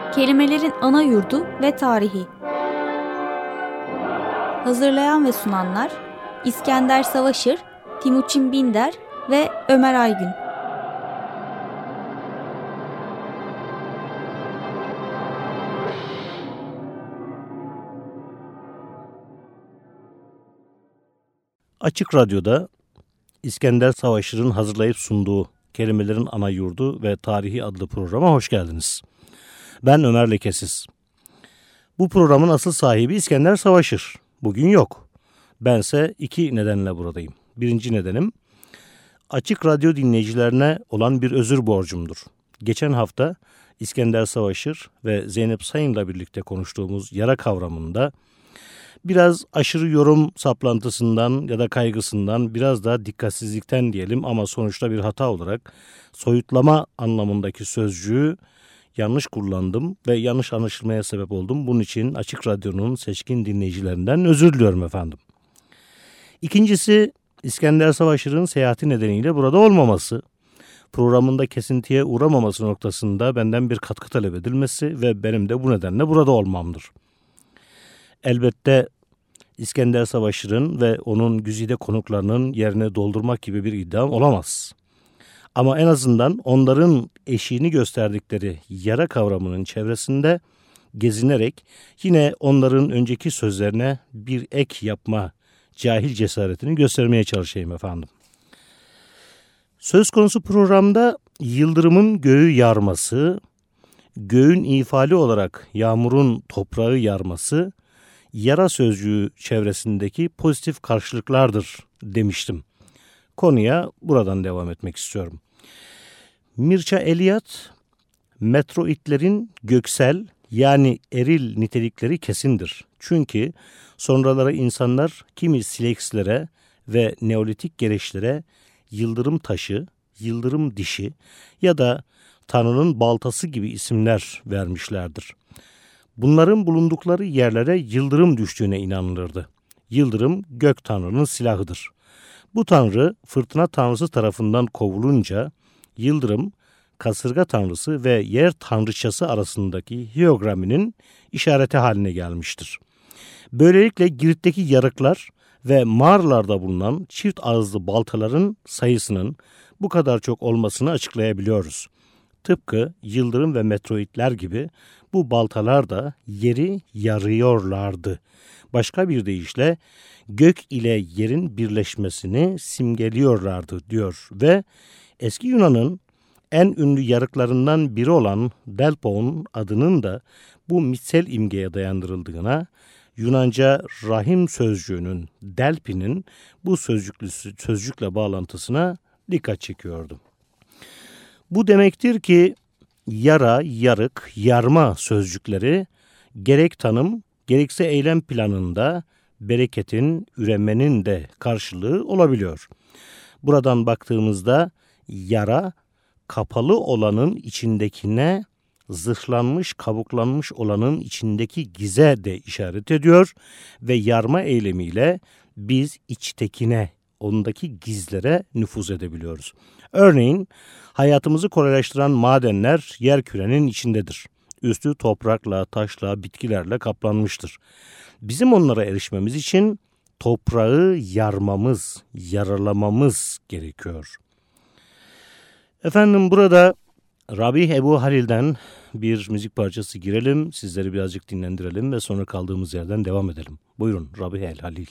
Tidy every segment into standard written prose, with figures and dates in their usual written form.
Kelimelerin ana yurdu ve tarihi. Hazırlayan ve sunanlar İskender Savaşır, Timuçin Binder ve Ömer Aygün. Açık Radyo'da İskender Savaşır'ın hazırlayıp sunduğu Kelimelerin Ana Yurdu ve Tarihi adlı programa hoş geldiniz. Ben Ömer Lekesiz. Bu programın asıl sahibi İskender Savaşır. Bugün yok. Bense iki nedenle buradayım. Birinci nedenim, Açık Radyo dinleyicilerine olan bir özür borcumdur. Geçen hafta İskender Savaşır ve Zeynep Sayın'la birlikte konuştuğumuz yara kavramında biraz aşırı yorum saplantısından ya da kaygısından, biraz da dikkatsizlikten diyelim ama sonuçta bir hata olarak soyutlama anlamındaki sözcüğü yanlış kullandım ve yanlış anlaşılmaya sebep oldum. Bunun için Açık Radyo'nun seçkin dinleyicilerinden özür diliyorum efendim. İkincisi, İskender Savaşır'ın seyahati nedeniyle burada olmaması, programında kesintiye uğramaması noktasında benden bir katkı talep edilmesi ve benim de bu nedenle burada olmamdır. Elbette İskender Savaşır'ın ve onun güzide konuklarının yerine doldurmak gibi bir iddiam olamaz. Ama en azından onların eşiğini gösterdikleri yara kavramının çevresinde gezinerek yine onların önceki sözlerine bir ek yapma cahil cesaretini göstermeye çalışayım efendim. Söz konusu programda yıldırımın göğü yarması, göğün ifali olarak yağmurun toprağı yarması, yara sözcüğü çevresindeki pozitif karşılıklardır demiştim. Konuya buradan devam etmek istiyorum. Mircea Eliade, metroidlerin göksel yani eril nitelikleri kesindir. Çünkü sonraları insanlar kimi silekslere ve neolitik gereçlere yıldırım taşı, yıldırım dişi ya da Tanrı'nın baltası gibi isimler vermişlerdir. Bunların bulundukları yerlere yıldırım düştüğüne inanılırdı. Yıldırım gök tanrının silahıdır. Bu tanrı fırtına tanrısı tarafından kovulunca yıldırım kasırga tanrısı ve yer tanrıçası arasındaki hiyograminin işareti haline gelmiştir. Böylelikle Girit'teki yarıklar ve mağaralarda bulunan çift ağızlı baltaların sayısının bu kadar çok olmasını açıklayabiliyoruz. Tıpkı yıldırım ve meteoritler gibi bu baltalar da yeri yarıyorlardı. Başka bir deyişle gök ile yerin birleşmesini simgeliyorlardı diyor ve eski Yunan'ın en ünlü yarıklarından biri olan Delphon adının da bu mitsel imgeye dayandırıldığına, Yunanca rahim sözcüğünün Delphi'nin bu sözcükle bağlantısına dikkat çekiyordum. Bu demektir ki yara, yarık, yarma sözcükleri gerek tanım gerekse eylem planında bereketin, üremenin de karşılığı olabiliyor. Buradan baktığımızda yara kapalı olanın içindekine, zırhlanmış, kabuklanmış olanın içindeki gize de işaret ediyor ve yarma eylemiyle biz içtekine, ondaki gizlere nüfuz edebiliyoruz. Örneğin hayatımızı kolaylaştıran madenler yerkürenin içindedir. Üstü toprakla, taşla, bitkilerle kaplanmıştır. Bizim onlara erişmemiz için toprağı yarmamız, yaralamamız gerekiyor. Efendim burada Rabih Ebu Halil'den bir müzik parçası girelim, sizleri birazcık dinlendirelim ve sonra kaldığımız yerden devam edelim. Buyurun Rabih el Halil.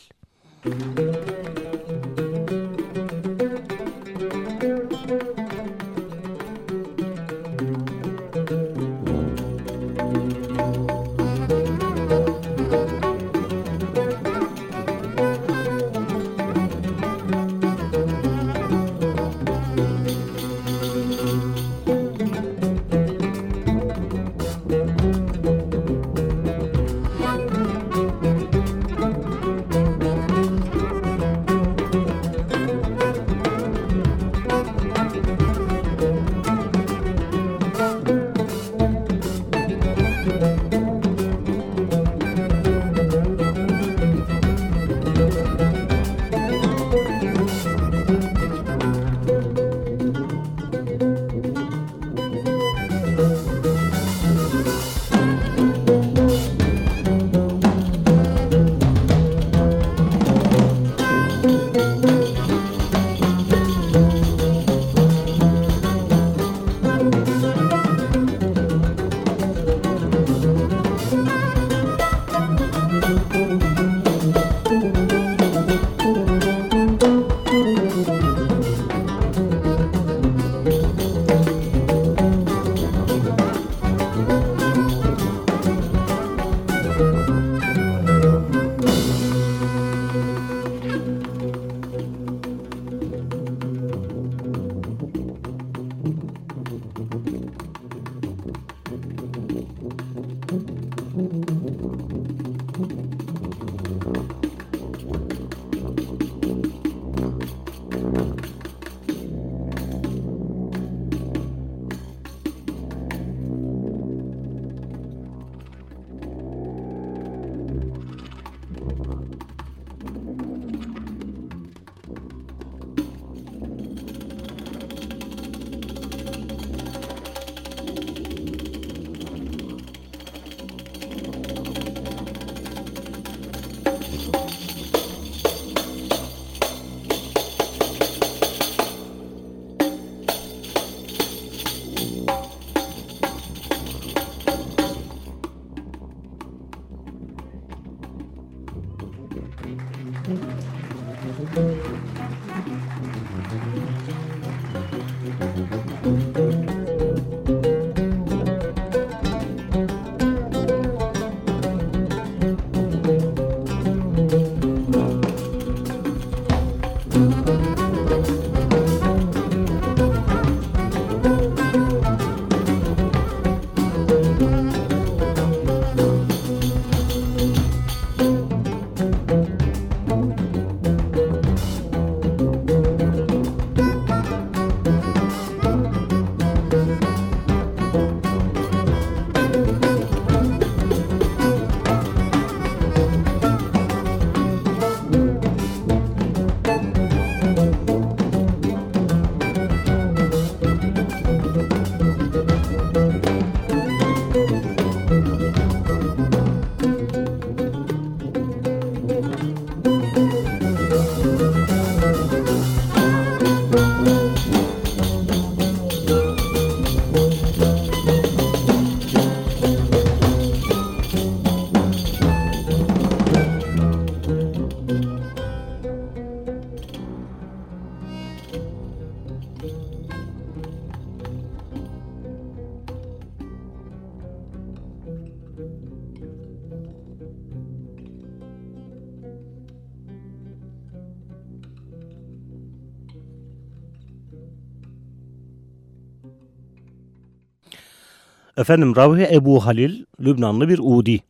Efendim, Ravhi Ebu Halil Lübnanlı bir Udi.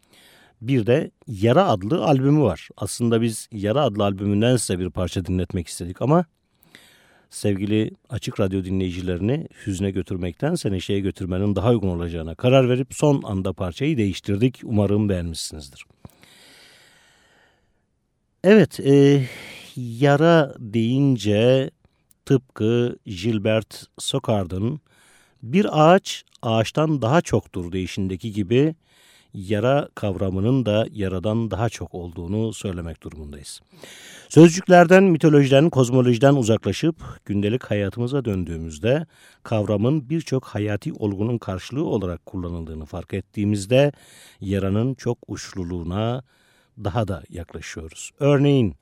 Bir de Yara adlı albümü var. Aslında biz Yara adlı albümünden size bir parça dinletmek istedik ama sevgili Açık Radyo dinleyicilerini hüzne götürmektense neşeye götürmenin daha uygun olacağına karar verip son anda parçayı değiştirdik. Umarım beğenmişsinizdir. Evet, Yara deyince tıpkı Gilbert Socard'ın "Bir ağaç ağaçtan daha çoktur" deyişindeki gibi yara kavramının da yaradan daha çok olduğunu söylemek durumundayız. Sözcüklerden, mitolojiden, kozmolojiden uzaklaşıp gündelik hayatımıza döndüğümüzde kavramın birçok hayati olgunun karşılığı olarak kullanıldığını fark ettiğimizde yaranın çok uçluluğuna daha da yaklaşıyoruz. Örneğin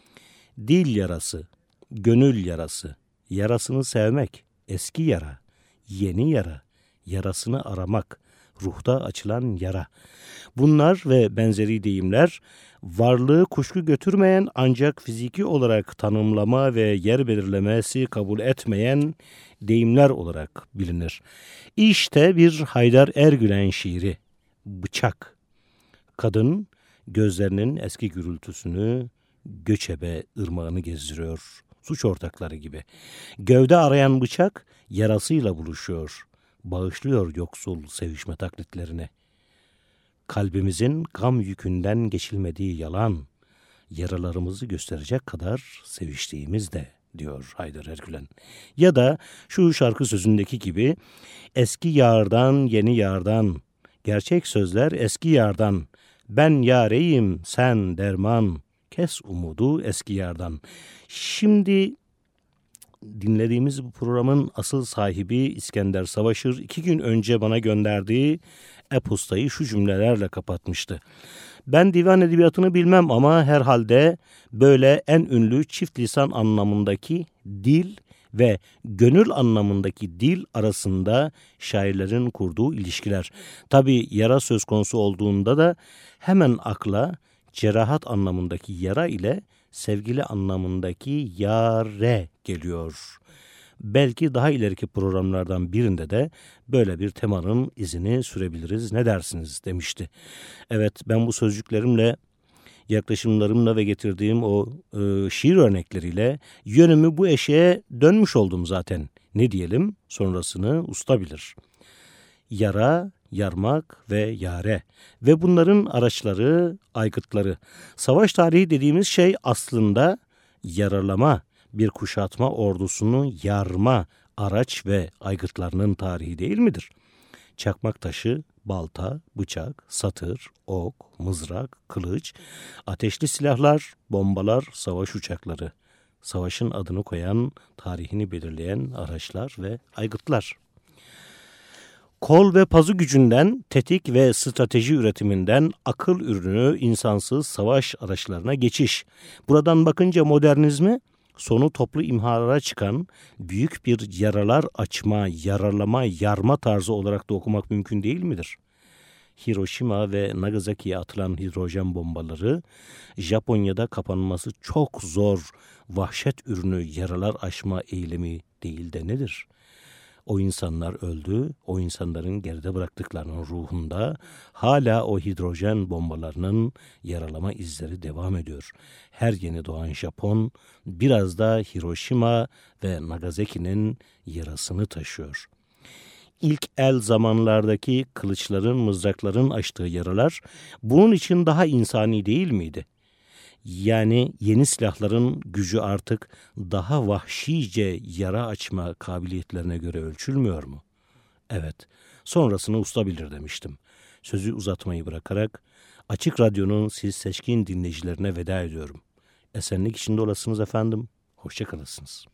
dil yarası, gönül yarası, yarasını sevmek, eski yara, yeni yara, yarasını aramak, ruhta açılan yara. Bunlar ve benzeri deyimler varlığı kuşku götürmeyen ancak fiziki olarak tanımlama ve yer belirlemesi kabul etmeyen deyimler olarak bilinir. İşte bir Haydar Ergülen şiiri, Bıçak. Kadın gözlerinin eski gürültüsünü, Göçebe ırmağını gezdiriyor, suç ortakları gibi. Gövde arayan bıçak yarasıyla buluşuyor, bağışlıyor yoksul sevişme taklitlerini. Kalbimizin gam yükünden geçilmediği yalan, yaralarımızı gösterecek kadar seviştiğimiz de, diyor Haydar Ergülen. Ya da şu şarkı sözündeki gibi, eski yardan yeni yardan, gerçek sözler eski yardan, ben yareyim sen derman, kes umudu eski yardan. Şimdi dinlediğimiz bu programın asıl sahibi İskender Savaşır 2 gün önce bana gönderdiği e-postayı şu cümlelerle kapatmıştı. Ben divan edebiyatını bilmem ama herhalde böyle en ünlü çift lisan anlamındaki dil ve gönül anlamındaki dil arasında şairlerin kurduğu ilişkiler. Tabii yara söz konusu olduğunda da hemen akla cerahat anlamındaki yara ile sevgili anlamındaki yare geliyor. belki daha ileriki programlardan birinde de böyle bir temanın izini sürebiliriz. Ne dersiniz demişti. Evet, ben bu sözcüklerimle, yaklaşımlarımla ve getirdiğim o şiir örnekleriyle yönümü bu eşeğe dönmüş oldum zaten. Ne diyelim, sonrasını usta bilir. Yara, yarmak ve yare ve bunların araçları, aygıtları. Savaş tarihi dediğimiz şey aslında yaralama, bir kuşatma ordusunu yarma araç ve aygıtlarının tarihi değil midir? Çakmak taşı, balta, bıçak, satır, ok, mızrak, kılıç, ateşli silahlar, bombalar, savaş uçakları. Savaşın adını koyan, tarihini belirleyen araçlar ve aygıtlar. Kol ve pazu gücünden, tetik ve strateji üretiminden akıl ürünü insansız savaş araçlarına geçiş. Buradan bakınca modernizmi, sonu toplu imhalara çıkan büyük bir yaralar açma, yaralama, yarma tarzı olarak da okumak mümkün değil midir? Hiroşima ve Nagasaki'ye atılan hidrojen bombaları, Japonya'da kapanması çok zor vahşet ürünü yaralar aşma eylemi değil de nedir? O insanlar öldü, o insanların geride bıraktıklarının ruhunda hala o hidrojen bombalarının yaralama izleri devam ediyor. Her yeni doğan Japon biraz da Hiroşima ve Nagasaki'nin yarasını taşıyor. İlk el zamanlardaki kılıçların, mızrakların açtığı yaralar bunun için daha insani değil miydi? Yani yeni silahların gücü artık daha vahşice yara açma kabiliyetlerine göre ölçülmüyor mu? Evet, sonrasını usta bilir demiştim. Sözü uzatmayı bırakarak Açık Radyo'nun siz seçkin dinleyicilerine veda ediyorum. Esenlik içinde olasınız efendim, hoşça kalasınız.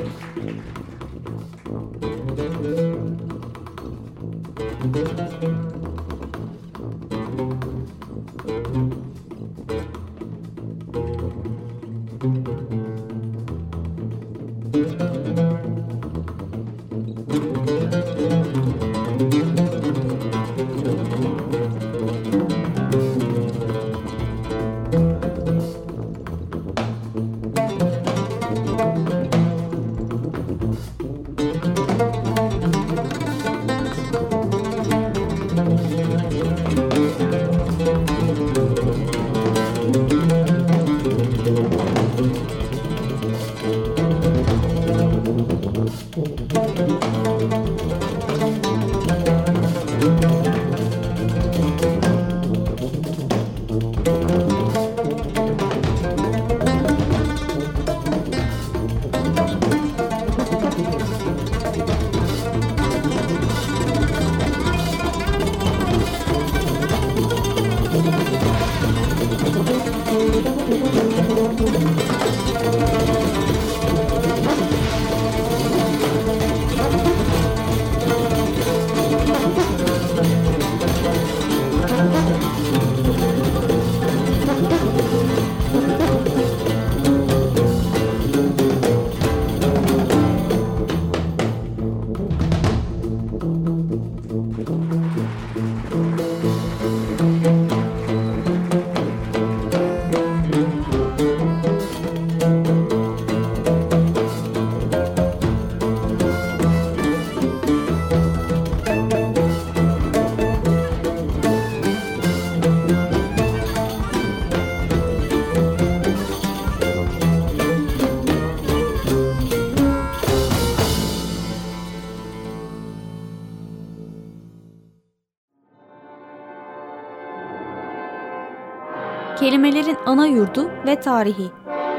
Kelimelerin ana yurdu ve tarihi.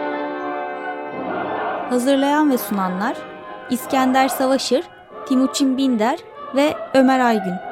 Hazırlayan ve sunanlar İskender Savaşır, Timuçin Binder ve Ömer Aygün.